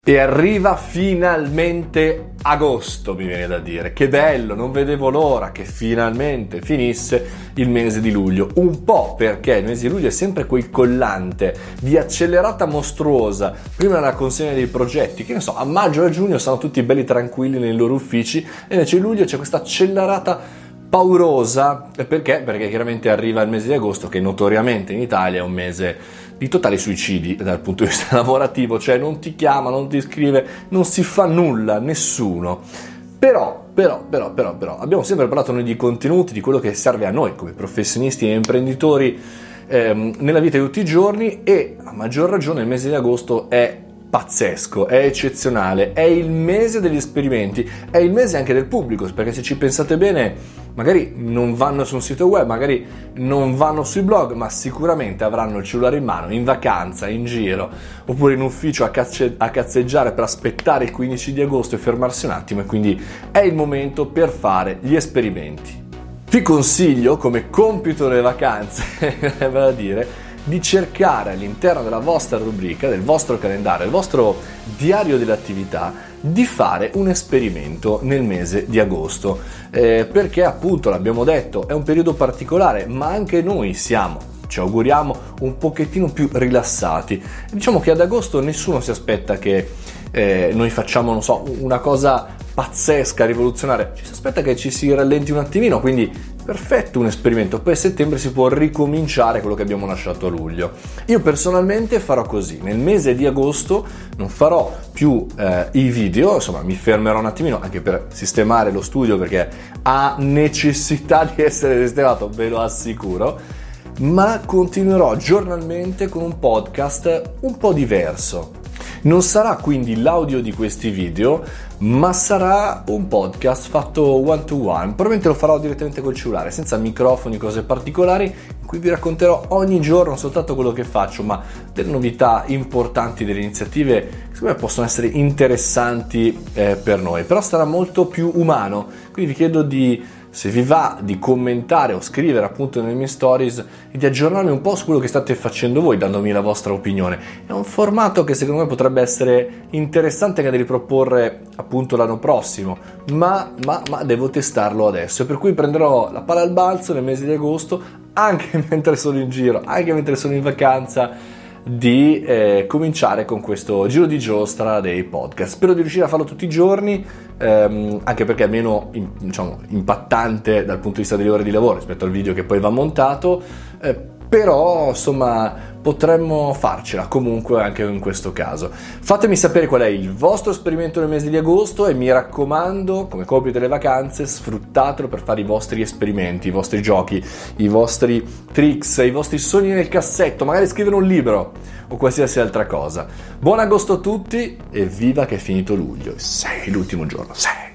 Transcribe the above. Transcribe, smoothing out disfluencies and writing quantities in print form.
E arriva finalmente agosto, mi viene da dire. Che bello, non vedevo l'ora che finalmente finisse il mese di luglio. Un po' perché il mese di luglio è sempre quel collante di accelerata mostruosa prima della consegna dei progetti, che ne so, a maggio e a giugno sono tutti belli tranquilli nei loro uffici, e invece in luglio c'è questa accelerata paurosa. Perché? Perché chiaramente arriva il mese di agosto, che notoriamente in Italia è un mese di totali suicidi dal punto di vista lavorativo, cioè non ti chiama, non ti scrive, non si fa nulla, nessuno. Però, abbiamo sempre parlato noi di contenuti, di quello che serve a noi come professionisti e imprenditori nella vita di tutti i giorni, e a maggior ragione il mese di agosto è pazzesco, è eccezionale, è il mese degli esperimenti, è il mese anche del pubblico, perché se ci pensate bene magari non vanno su un sito web, magari non vanno sui blog, ma sicuramente avranno il cellulare in mano, in vacanza, in giro, oppure in ufficio a cazzeggiare per aspettare il 15 di agosto e fermarsi un attimo, e quindi è il momento per fare gli esperimenti. Vi consiglio, come compito delle vacanze, da dire, di cercare all'interno della vostra rubrica, del vostro calendario, del vostro diario delle attività, di fare un esperimento nel mese di agosto, perché appunto, l'abbiamo detto, è un periodo particolare, ma anche noi ci auguriamo un pochettino più rilassati. Diciamo che ad agosto nessuno si aspetta che noi facciamo, non so, una cosa pazzesca, rivoluzionaria, ci si aspetta che ci si rallenti un attimino, quindi perfetto un esperimento, poi a settembre si può ricominciare quello che abbiamo lasciato a luglio. Io personalmente farò così: nel mese di agosto non farò più i video, insomma mi fermerò un attimino anche per sistemare lo studio, perché ha necessità di essere sistemato, ve lo assicuro, ma continuerò giornalmente con un podcast un po' diverso. Non sarà quindi l'audio di questi video, ma sarà un podcast fatto one to one. Probabilmente lo farò direttamente col cellulare, senza microfoni, cose particolari, in cui vi racconterò ogni giorno non soltanto quello che faccio, ma delle novità importanti, delle iniziative che secondo me possono essere interessanti per noi. Però sarà molto più umano, quindi vi chiedo se vi va, di commentare o scrivere appunto nelle mie stories e di aggiornarmi un po' su quello che state facendo voi, dandomi la vostra opinione. È un formato che secondo me potrebbe essere interessante anche da riproporre appunto l'anno prossimo, ma devo testarlo adesso, e per cui prenderò la palla al balzo nel mese di agosto, anche mentre sono in giro, anche mentre sono in vacanza, di cominciare con questo giro di giostra dei podcast. Spero di riuscire a farlo tutti i giorni, anche perché è meno impattante dal punto di vista delle ore di lavoro rispetto al video che poi va montato, però insomma potremmo farcela comunque anche in questo caso. Fatemi sapere qual è il vostro esperimento nel mese di agosto, e mi raccomando, come compito delle vacanze, sfruttatelo per fare i vostri esperimenti, i vostri giochi, i vostri tricks, i vostri sogni nel cassetto, magari scrivere un libro o qualsiasi altra cosa. Buon agosto a tutti, e viva che è finito luglio, sei l'ultimo giorno, sei.